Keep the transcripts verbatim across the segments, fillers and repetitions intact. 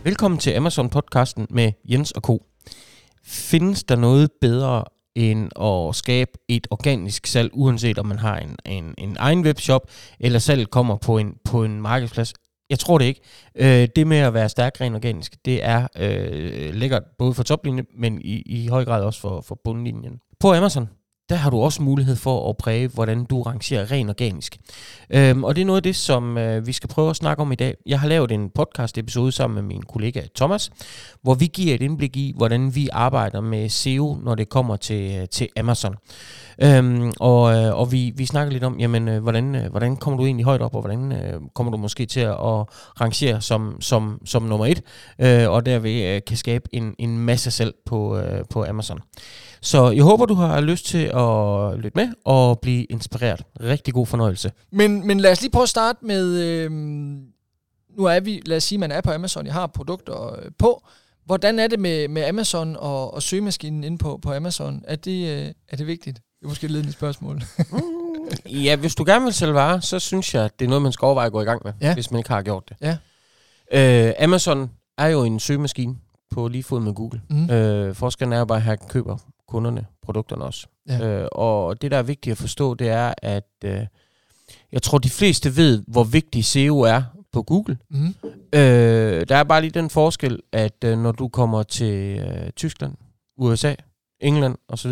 Velkommen til Amazon-podcasten med Jens og Co. Findes der noget bedre end at skabe et organisk salg, uanset om man har en, en, en egen webshop, eller salget kommer på en, på en markedsplads? Jeg tror det ikke. Øh, det med at være stærk, ren organisk, det er øh, lækkert både for toplinjen, men i, i høj grad også for, for bundlinjen. På Amazon, der har du også mulighed for at præge, hvordan du rangerer ren organisk. Øhm, og det er noget af det, som øh, vi skal prøve at snakke om i dag. Jeg har lavet en podcast-episode sammen med min kollega Thomas, hvor vi giver et indblik i, hvordan vi arbejder med S E O, når det kommer til, til Amazon. Øhm, og øh, og vi, vi snakker lidt om, jamen, øh, hvordan, øh, hvordan kommer du egentlig højt op, og hvordan øh, kommer du måske til at, at rangere som, som, som nummer et, øh, og derved øh, kan skabe en, en masse salg på, øh, på Amazon. Så jeg håber, du har lyst til at lytte med og blive inspireret. Rigtig god fornøjelse. Men, men lad os lige prøve at starte med, øh, nu er vi, lad os sige, man er på Amazon, jeg har produkter øh, på. Hvordan er det med, med Amazon og, og søgemaskinen inde på, på Amazon? Er det, øh, er det vigtigt? Det er måske et ledende spørgsmål. mm, ja, hvis du gerne vil sælge varer, så synes jeg, det er noget, man skal overveje at gå i gang med, ja. Hvis man ikke har gjort det. Ja. Øh, Amazon er jo en søgemaskine på lige fod med Google. Mm. Øh, forskellen er jo bare, at her køber kunderne produkterne også. Ja. Øh, og det, der er vigtigt at forstå, det er, at øh, jeg tror, de fleste ved, hvor vigtig S E O er på Google. Mm. Øh, der er bare lige den forskel, at øh, når du kommer til øh, Tyskland, U S A, England osv.,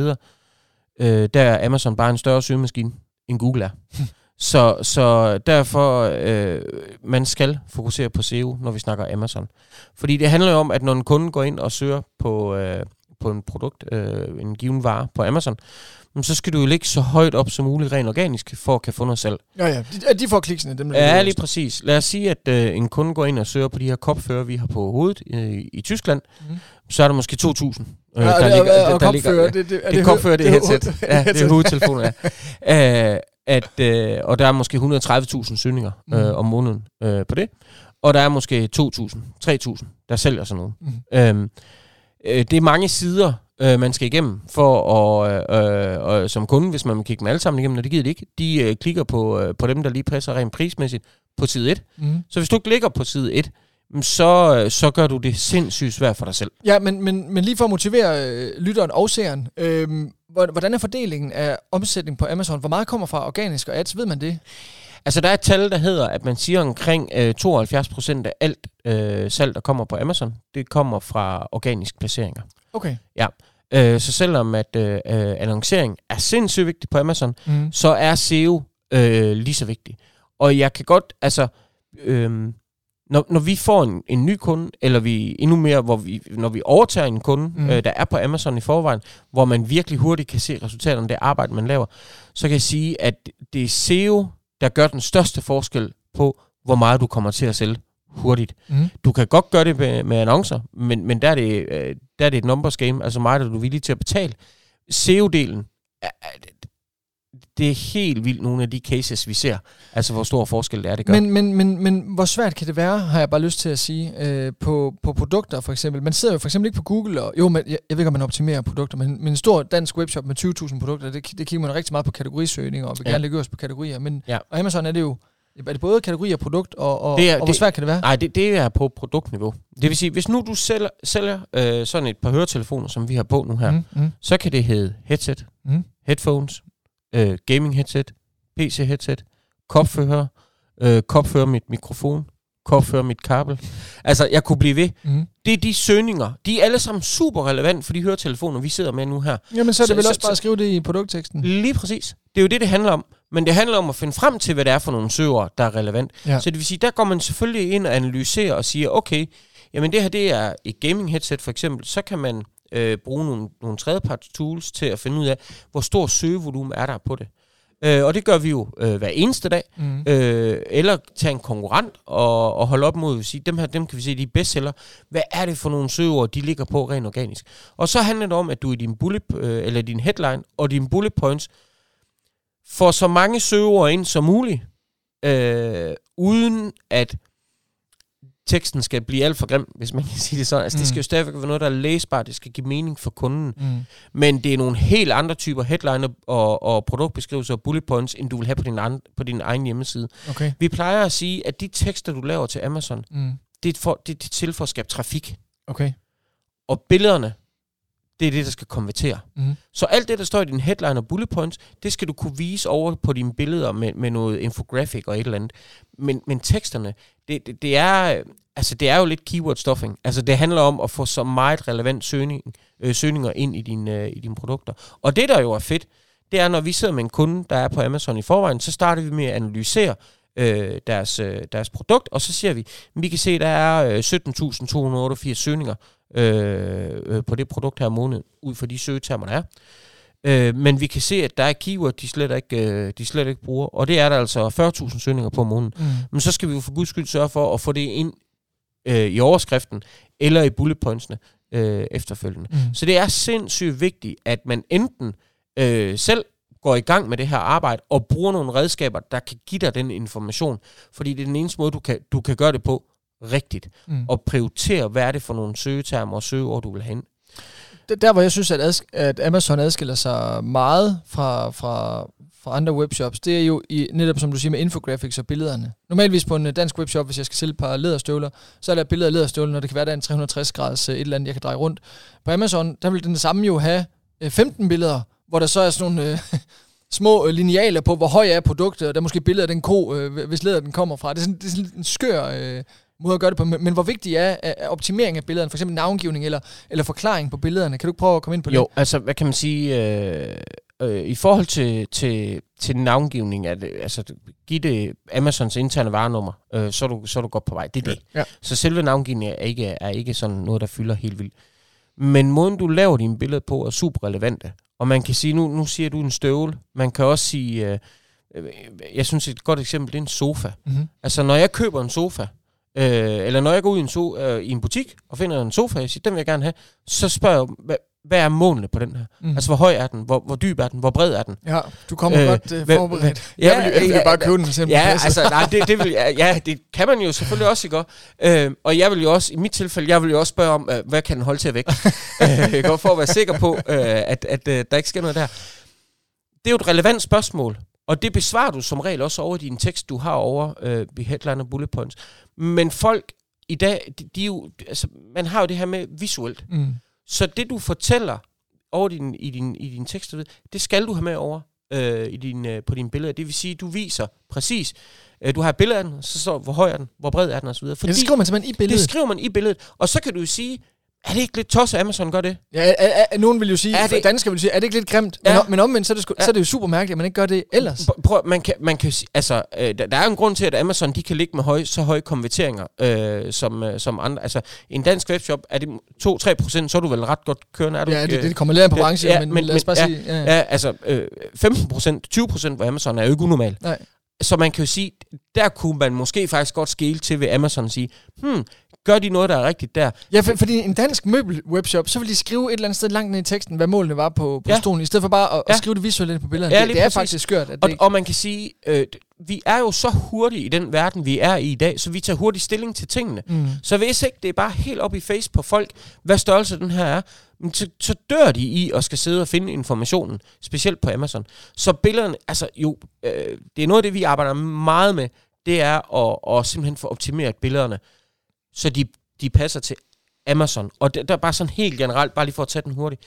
øh, der er Amazon bare en større søgemaskine, end Google er. så, så derfor, øh, man skal fokusere på S E O, når vi snakker Amazon. Fordi det handler jo om, at når en kunde går ind og søger på... Øh, på en produkt, øh, en given vare på Amazon, så skal du jo ligge så højt op som muligt rent organisk, for at kan få noget salg. Ja, ja. De, de får kliksene, dem der. Ja, lige præcis. Lad os sige, at øh, en kunde går ind og søger på de her kopfører, vi har på hovedet øh, i Tyskland, mm. så er der måske to tusind. Øh, ja, der det, ligger, og, og der kopfører, ligger, det, det, det, det er kopfører, det er headset. Ja, det er hovedtelefonen, ja. uh, at, øh, og der er måske et hundrede og tredive tusind søgninger øh, mm. om måneden øh, på det, og der er måske to tusind, tre tusind, der sælger sådan noget. Mm. Øhm, øh, det er mange sider, Øh, man skal igennem for at, øh, øh, som kunde, hvis man vil kigge dem alle sammen igennem, og det gider de ikke, de øh, klikker på, øh, på dem, der lige passer rent prismæssigt på side et. Mm. Så hvis du ikke ligger på side et, så, øh, så gør du det sindssygt svært for dig selv. Ja, men, men, men lige for at motivere øh, lytteren og seeren, øh, hvordan er fordelingen af omsætning på Amazon? Hvor meget kommer fra organisk og ads? Ved man det? Altså, der er et tal, der hedder, at man siger omkring øh, tooghalvfjerds procent af alt øh, salg, der kommer på Amazon, det kommer fra organiske placeringer. Okay. Ja, øh, så selvom at øh, annoncering er sindssygt vigtigt på Amazon, mm. så er S E O øh, lige så vigtigt. Og jeg kan godt, altså, øh, når, når vi får en, en ny kunde, eller vi endnu mere, hvor vi, når vi overtager en kunde, mm. øh, der er på Amazon i forvejen, hvor man virkelig hurtigt kan se resultaterne af det arbejde, man laver, så kan jeg sige, at det er S E O, der gør den største forskel på, hvor meget du kommer til at sælge hurtigt. Mm. Du kan godt gøre det med, med annoncer, men, men der, er det, øh, der er det et numbers game, altså meget, der du er villig til at betale. S E O-delen, er, det er helt vildt nogle af de cases, vi ser. Altså, hvor stor forskel det er, det gør. Men, men, men, men hvor svært kan det være, har jeg bare lyst til at sige, øh, på, på produkter for eksempel. Man sidder jo for eksempel ikke på Google, og jo, man, jeg, jeg ved ikke, om man optimerer produkter, men, men en stor dansk webshop med tyve tusind produkter, det, det kigger man rigtig meget på kategorisøgning, og vil ja. gerne lægge os på kategorier. Men ja. og Amazon er det jo, er det både kategori og produkt, og, og, det er, og hvor det, svært kan det være? Nej, det, det er på produktniveau. Det vil sige, hvis nu du sælger, sælger øh, sådan et par høretelefoner, som vi har på nu her, mm, mm. så kan det hedde headset, mm. headphones, øh, gaming headset, P C headset, kopfører, øh, kopfører mit mikrofon, kopfører mit kabel. Altså, jeg kunne blive ved. Mm. Det er de søgninger. De er alle sammen super relevant for de høretelefoner, vi sidder med nu her. Jamen, så er det så, vel også så, bare at skrive det i produktteksten? Lige præcis. Det er jo det, det handler om. Men det handler om at finde frem til, hvad det er for nogle søger, der er relevant. Ja. Så det vil sige, der går man selvfølgelig ind og analyserer og siger, okay, jamen det her, det er et gaming headset for eksempel, så kan man øh, bruge nogle, nogle tredjeparts tools til at finde ud af, hvor stor søgevolumen er der på det. Øh, og det gør vi jo øh, hver eneste dag. Mm. Øh, eller tage en konkurrent og, og holde op mod at sige, dem her, dem kan vi se, de er bestseller. Hvad er det for nogle søgeord, de ligger på rent organisk? Og så handler det om, at du i din bullet, øh, eller din headline og dine bullet points får så mange søgeord ind som muligt, øh, uden at teksten skal blive alt for grim, hvis man kan sige det sådan. Altså, mm. det skal jo stadigvæk være noget, der er læsbart, det skal give mening for kunden. Mm. Men det er nogle helt andre typer headliner og, og produktbeskrivelser og bullet points, end du vil have på din, an, på din egen hjemmeside. Okay. Vi plejer at sige, at de tekster, du laver til Amazon, mm. det er, for, det, det er til for at skabe trafik. Okay. Og billederne, det er det, der skal konvertere. Mm. Så alt det, der står i din headline og bullet points, det skal du kunne vise over på dine billeder med, med noget infographic og et eller andet. Men, men teksterne, det, det, det, er, altså, det er jo lidt keyword stuffing. Altså det handler om at få så meget relevant søgning, øh, søgninger ind i, din, øh, i dine produkter. Og det, der jo er fedt, det er, når vi sidder med en kunde, der er på Amazon i forvejen, så starter vi med at analysere øh, deres, øh, deres produkt, og så siger vi, vi kan se, at der er øh, sytten tusind to hundrede otteogfirs søgninger øh, øh, på det produkt her måned, ud fra de søgetermer, der er. Øh, men vi kan se, at der er keyword, de slet ikke, øh, de slet ikke bruger, og det er der altså fyrre tusind søgninger på måneden. Mm. Men så skal vi jo for guds skyld sørge for at få det ind øh, i overskriften, eller i bullet pointsene øh, efterfølgende. Mm. Så det er sindssygt vigtigt, at man enten øh, selv går i gang med det her arbejde, og bruger nogle redskaber, der kan give dig den information, fordi det er den eneste måde, du kan, du kan gøre det på rigtigt, mm. og prioritere, hvad er det for nogle søgetermer og søgeord, du vil have ind. Der, hvor jeg synes, at, adsk- at Amazon adskiller sig meget fra, fra, fra andre webshops, det er jo i, netop, som du siger, med infographics og billederne. Normalvis på en dansk webshop, hvis jeg skal sælge et par læderstøvler, så er der billeder af læderstøvler, og det kan være, der er en tre hundrede og tres graders et eller andet, jeg kan dreje rundt. På Amazon, der vil den samme jo have femten billeder, hvor der så er sådan nogle øh, små linealer på, hvor høj er produktet, og der er måske billeder af den ko, øh, hvis læder den kommer fra. Det er sådan, det er sådan en skør øh, måde at gøre det på. Men, men hvor vigtig er, er optimering af billederne, for eksempel navngivning eller, eller forklaring på billederne? Kan du ikke prøve at komme ind på det? Jo, altså hvad kan man sige, øh, øh, i forhold til, til, til navngivning, at altså, give det Amazons interne varenummer, øh, så, er du, så er du godt på vej. Det er det. Ja. Så selve navngivningen er ikke, er ikke sådan noget, der fylder helt vildt. Men måden, du laver dine billeder på, er super relevante. Og man kan sige, nu, nu siger du en støvle. Man kan også sige, øh, jeg synes et godt eksempel, det er en sofa. Mm-hmm. Altså når jeg køber en sofa, øh, eller når jeg går ud i en, so, øh, i en butik og finder en sofa, jeg siger, den vil jeg gerne have, så spørger jeg, hvad, hvad er målene på den her? Mm. Altså hvor høj er den? Hvor, hvor dyb er den? Hvor bred er den? Ja, du kommer øh, godt øh, forberedt. Ja, jeg vil, jeg vil ja, bare købe den. Simpelthen. Ja, altså nej, det, det vil, ja, det kan man jo selvfølgelig også, ikke? Øh, og jeg vil jo også, i mit tilfælde, jeg vil jo også spørge om, øh, hvad kan den holde til at vægt? øh, går for at være sikker på, øh, at, at øh, der ikke sker noget der. Det er jo et relevant spørgsmål, og det besvarer du som regel også over din tekst, du har over øh, i headline og bullet points. Men folk i dag, de, de jo, altså, man har jo det her med visuelt. Mm. Så det, du fortæller over din, i, din, i din tekst, det skal du have med over øh, i din, øh, på dine billeder. Det vil sige, du viser præcis, øh, du har et billede af den, så står, hvor høj er den, hvor bred er den osv. Ja, det skriver man simpelthen i billedet. Det skriver man i billedet, og så kan du jo sige, er det ikke lidt tosset, Amazon gør det? Ja, er, er, er, nogen vil jo sige, det, danskere vil sige, er det ikke lidt grimt? Ja. Men, men omvendt, så er, det sku, ja. så er det jo super mærkeligt, at man ikke gør det ellers. Prøv, man kan, man kan altså, øh, der, der er en grund til, at Amazon, de kan ligge med høj, så høje konverteringer, øh, som, øh, som andre. Altså, en dansk webshop, er det to til tre procent, så er du vel ret godt kørende, er du? Ja, det, det kommer lidt på branchen, ja, men, men lad os bare ja, sige... Ja, ja. ja altså, øh, femten procent, tyve procent på Amazon er jo ikke unormalt. Nej. Så man kan jo sige, der kunne man måske faktisk godt skele til ved Amazon og sige, hmm, gør de noget, der er rigtigt der? Ja, for, fordi en dansk møbel-webshop, så vil de skrive et eller andet sted langt ned i teksten, hvad målene var på, på ja. stolen, i stedet for bare at, ja. at skrive det visuelt på billederne. Ja, det, det er faktisk skørt. At og, det og man kan sige, øh, vi er jo så hurtige i den verden, vi er i i dag, så vi tager hurtigt stilling til tingene. Mm. Så hvis ikke det er bare helt op i face på folk, hvad størrelse den her er, så, så dør de i og skal sidde og finde informationen, specielt på Amazon. Så billederne, altså jo, øh, det er noget af det, vi arbejder meget med, det er at, at simpelthen få optimeret billederne, så de, de passer til Amazon. Og det, der er bare sådan helt generelt, bare lige for at tage den hurtigt.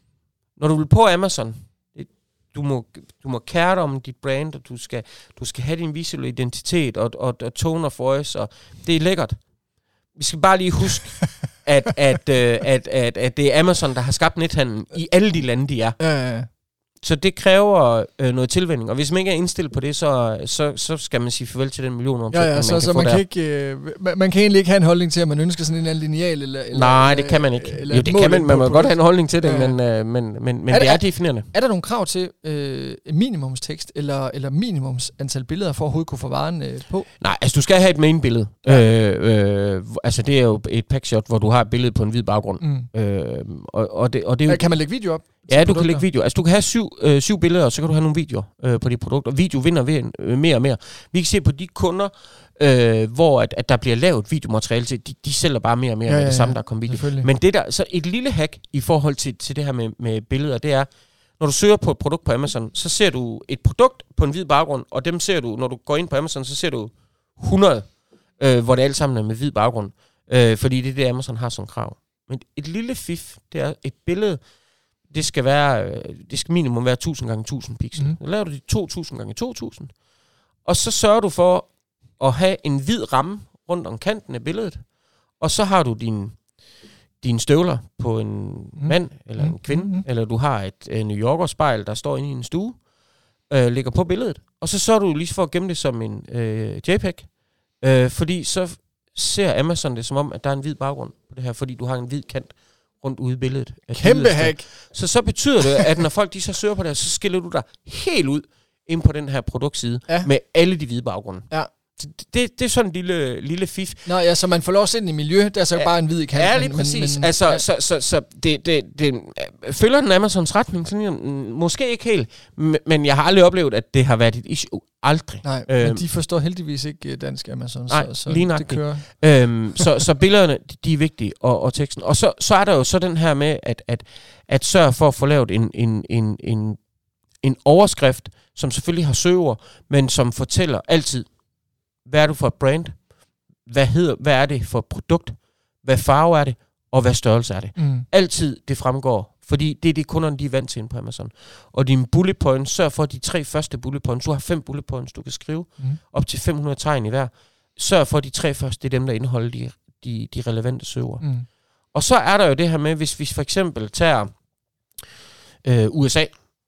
Når du vil på Amazon, det, du, må, du må kære dig om dit brand, og du skal, du skal have din visuelle identitet, og, og, og tone of voice, og det er lækkert. Vi skal bare lige huske, at, at, at, at, at, at det er Amazon, der har skabt nethandlen i alle de lande, de er. Ja, ja, ja. Så det kræver øh, noget tilvænning, og hvis man ikke er indstillet på det, så, så, så skal man sige farvel til den million omsætning, ja, ja, så, man kan så man kan ikke, øh, man, man kan egentlig ikke have en holdning til, at man ønsker sådan en eller anden lineal eller, eller nej, det kan man ikke. Jo, det kan man, man må godt have en holdning til det, ja, ja. men, øh, men, men, men er det er, er definerende. Er der nogle krav til øh, minimumstekst eller, eller minimums antal billeder for at overhovedet kunne få varen øh, på? Nej, altså du skal have et main-billede. Ja. Øh, øh, altså det er jo et packshot, hvor du har et billede på en hvid baggrund. Mm. Øh, og, og det, og det er jo, kan man lægge video op? Ja, du produkter. Kan lægge video. Altså, du kan have syv, øh, syv billeder, og så kan du have nogle videoer øh, på de produkter. Video vinder ved, øh, mere og mere. Vi kan se på de kunder, øh, hvor at, at der bliver lavet videomateriale til, de, de sælger bare mere og mere ja, med ja, det samme, der kommer video. Men det der, så et lille hack i forhold til, til det her med, med billeder, det er, når du søger på et produkt på Amazon, så ser du et produkt på en hvid baggrund, og dem ser du, når du går ind på Amazon, så ser du hundrede, øh, hvor det alt sammen er med hvid baggrund. Øh, fordi det er det, Amazon har som krav. Men et lille fif, det er et billede, det skal være, det skal minimum være tusind gange tusind pixel. Mm. Så laver du de to tusind gange to tusind, og så sørger du for at have en hvid ramme rundt om kanten af billedet, og så har du din dine støvler på en mm. mand eller en kvinde, mm. eller du har et uh, New Yorker-spejl, der står inde i en stue, uh, ligger på billedet, og så sørger du lige for at gemme det som en uh, JPEG, uh, fordi så ser Amazon det som om, at der er en hvid baggrund på det her, fordi du har en hvid kant rundt ude i billedet. Kæmpe hack! Så så betyder det, at når folk de så søger på det her, så skiller du dig helt ud ind på den her produktside, ja. Med alle de hvide baggrunde. Ja. Det, det er sådan en lille, lille fif. Nå ja, så man får lov at sætte i miljø, der er så ja, bare en hvid kant. Ja, lige præcis. Men, altså, ja. så, så, så det, det, det følger den Amazons retning, sådan, måske ikke helt, men jeg har aldrig oplevet, at det har været et issue. Aldrig. Nej, øhm, men de forstår heldigvis ikke dansk Amazon, nej, så, så lige det kører. Øhm, så, så billederne, de er vigtige, og, og teksten. Og så, så er der jo så den her med, at, at, at sørge for at få lavet en, en, en, en, en overskrift, som selvfølgelig har søgeord, men som fortæller altid, hvad er du for et brand? Hvad hedder, hvad er det for et produkt? Hvad farve er det? Og hvad størrelse er det? Mm. Altid det fremgår, fordi det er det kunderne, de er vant til inde på Amazon. Og dine bullet points, sørg for de tre første bullet points. Du har fem bullet points, du kan skrive mm. op til fem hundrede tegn i hver. Sørg for de tre første, det er dem, der indeholder de, de, de relevante søger. Mm. Og så er der jo det her med, hvis vi for eksempel tager øh, U S A,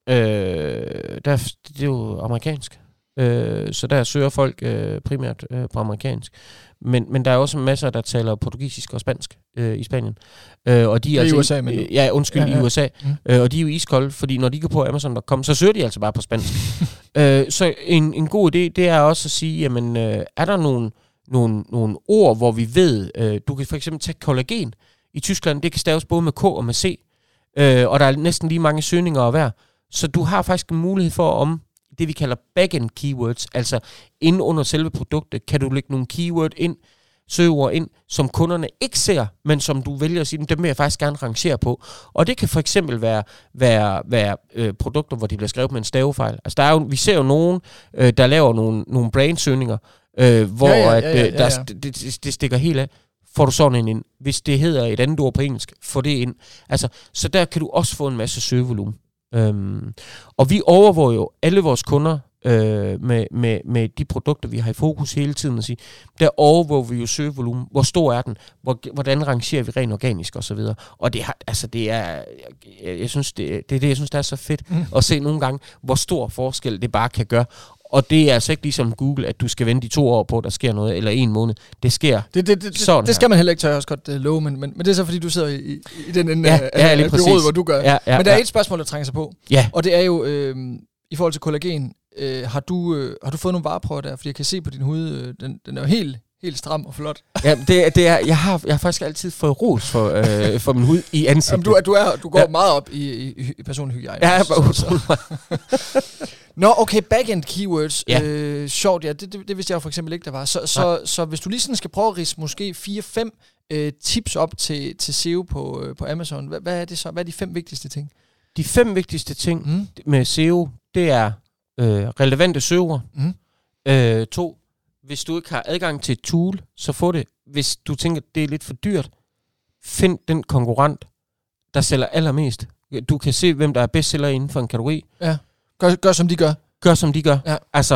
øh, der, det er jo amerikansk. Øh, så der søger folk øh, primært øh, på amerikansk. Men, men der er også masser, der taler portugisisk og spansk øh, i Spanien. Øh, og de er, er altså, i U S A, men øh, ja, undskyld, ja, ja. i U S A. Mm. Øh, og de er jo iskolde, fordi når de går på Amazon punktum com, så søger de altså bare på spansk. øh, så en, en god idé, det er også at sige, jamen, øh, er der nogle, nogle, nogle ord, hvor vi ved, øh, du kan for eksempel tage kollagen i Tyskland, det kan staves både med K og med C, øh, og der er næsten lige mange søgninger at være. Så du har faktisk en mulighed for, om det vi kalder backend keywords, altså inde under selve produktet, kan du lægge nogle keyword ind, søgeord ind, som kunderne ikke ser, men som du vælger at sige, dem vil jeg faktisk gerne rangere på. Og det kan for eksempel være, være, være øh, produkter, hvor de bliver skrevet med en stavefejl. Altså der er jo, vi ser jo nogen, øh, der laver nogle, nogle brandsøgninger, øh, hvor ja, ja, ja, ja, ja, ja. At, øh, der, det, det, det stikker helt af. Får du sådan en ind. Hvis det hedder et andet ord på engelsk, få det ind. Altså, så der kan du også få en masse søgevolumen. Øhm, og vi overvåger jo alle vores kunder øh, med, med, med de produkter, vi har i fokus hele tiden at sige. Der overvåger vi jo søgevolumen. Hvor stor er den? Hvor, hvordan rangerer vi rent organisk og så videre. Og det har, altså det er, jeg, jeg synes det, det er det, jeg synes der er så fedt mm. at se nogle gange, hvor stor forskel det bare kan gøre. Og det er altså ikke ligesom Google, at du skal vente i to år på, at der sker noget, eller en måned. Det sker det, det, det, sådan Det skal man heller ikke tør også godt uh, love, men, men, men det er så fordi, du sidder i, i, i den ende ja, af ja, bureauet, hvor du gør. Ja, ja, men der er ja. et spørgsmål, der trænger sig på. Ja. Og det er jo, øh, i forhold til kollagen, øh, har, du, øh, har du fået nogle vareprøver der? Fordi jeg kan se på din hud, øh, den, den er jo helt, helt stram og flot. Ja, det, det er, jeg, har, jeg har faktisk altid fået ros for, øh, for min hud i ansigtet. Jamen, du, er, du, er, du går ja. meget op i, i, i personlig hygiejne. Ja, jeg er bare utrolig. Nå, okay, backend keywords. Ja. Øh, sjovt, ja, det, det, det vidste jeg jo for eksempel ikke, der var. Så, så, så hvis du lige sådan skal prøve at ridse måske fire fem øh, tips op til, til S E O på, øh, på Amazon, hvad, hvad er det så? Hvad er de fem vigtigste ting? De fem vigtigste ting mm. med S E O, det er øh, relevante søger. Mm. Øh, to, hvis du ikke har adgang til et tool, så få det. Hvis du tænker, det er lidt for dyrt, find den konkurrent, der sælger allermest. Du kan se, hvem der er bestseller inden for en kategori. Ja. Gør, gør som de gør. Gør som de gør. Ja. Altså,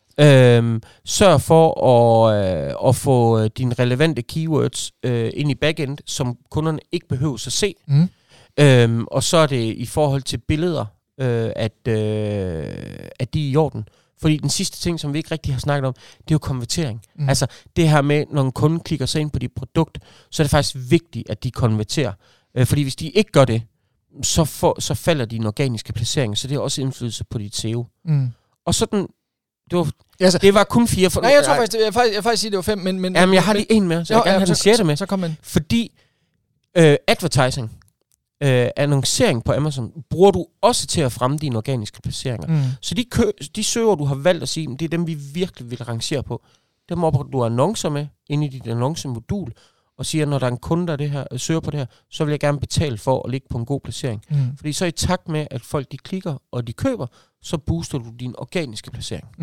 øhm, sørg for at, øh, at få dine relevante keywords øh, ind i backend, som kunderne ikke behøver at se. Mm. Øhm, og så er det i forhold til billeder, øh, at, øh, at de er i orden. Fordi den sidste ting, som vi ikke rigtig har snakket om, det er jo konvertering. Mm. Altså det her med, når en kunde klikker sig ind på dit produkt, så er det faktisk vigtigt, at de konverterer. Øh, fordi hvis de ikke gør det, så, for, så falder din organiske placering, så det har også indflydelse på dit S E O. Mm. Og sådan, det var, altså, det var kun fire. For, nej, jeg tror faktisk, jeg, jeg, faktisk, jeg faktisk sige, det var fem, men... men jamen, jeg har lige en med, så jo, jeg kan ja, have den sjette med. Så kom man. Fordi øh, advertising, øh, annoncering på Amazon, bruger du også til at fremme dine organiske placeringer. Mm. Så de, kø, de søger, du har valgt at sige, det er dem, vi virkelig vil rangere på. Dem opretter du annoncer med, inde i dit annoncemodul, og siger, når der er en kunde, der det her, søger på det her, så vil jeg gerne betale for at ligge på en god placering. Mm. Fordi så i takt med, at folk de klikker og de køber, så booster du din organiske placering. Mm.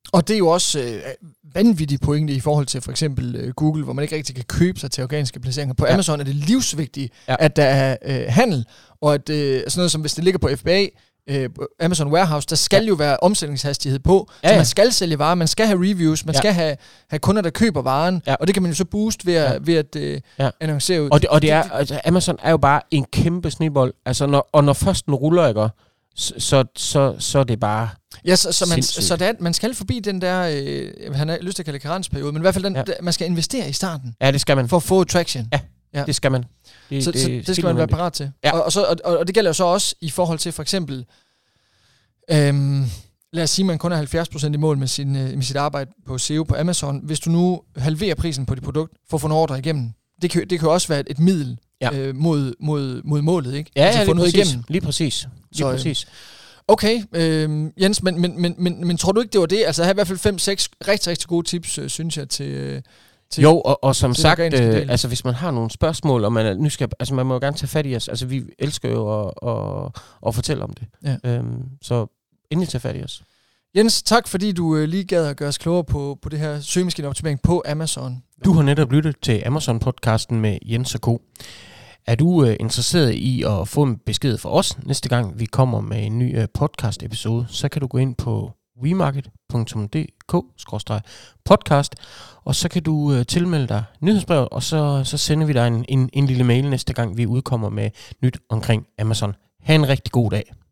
Og det er jo også øh, vanvittige pointe i forhold til for eksempel øh, Google, hvor man ikke rigtig kan købe sig til organiske placeringer. På ja. Amazon er det livsvigtigt, ja. at der er øh, handel, og at øh, sådan noget som hvis det ligger på F B A, øh, Amazon Warehouse, der skal ja. jo være omsætningshastighed på, ja, så ja. man skal sælge varer, man skal have reviews, man ja. skal have, have kunder, der køber varen, ja. og det kan man jo så booste ved at, ja. ved at øh, ja. annoncere ud. Og, det, og det er, altså, Amazon er jo bare en kæmpe snebold, altså når, og når først den ruller, ikke, så, så, så, så er det bare ja, så, så, man, så det er, man skal forbi den der, øh, han har lyst til at kalde karensperiode, men i hvert fald den, ja. der, man skal investere i starten. Ja, det skal man. For at få traction. Ja, ja. det skal man. Det, så, det, så det skal man være parat til. Ja. Og, og, så, og, og det gælder jo så også i forhold til for eksempel, øhm, lad os sige, at man kun er halvfjerds procent i mål med, sin, med sit arbejde på S E O på Amazon. Hvis du nu halverer prisen på dit produkt for at få en ordre igennem, det kan, det kan også være et, et middel ja. øh, mod, mod, mod målet, ikke? Ja, altså, ja, få lige, noget præcis. Igennem. lige præcis. Lige så, præcis. Okay, øh, Jens, men, men, men, men, men tror du ikke, det var det? Altså, jeg har i hvert fald fem seks rigtig, rigtig gode tips, øh, synes jeg, til... Øh, til jo, og, og som sagt, øh, altså hvis man har nogle spørgsmål, og man er nysgerrig, altså man må jo gerne tage fat i os. Altså vi elsker jo at, at, at fortælle om det. Ja. Øhm, så endelig tage fat i os. Jens, tak fordi du øh, lige gad at gøre os klogere på, på det her søgemaskineoptimering på Amazon. Du har netop lyttet til Amazon-podcasten med Jens og Co. Er du øh, interesseret i at få en besked fra os næste gang, vi kommer med en ny øh, podcast-episode, så kan du gå ind på wemarket punktum d k skråstreg podcast, og så kan du øh, tilmelde dig nyhedsbrevet, og så, så sender vi dig en, en, en lille mail næste gang, vi udkommer med nyt omkring Amazon. Ha' en rigtig god dag.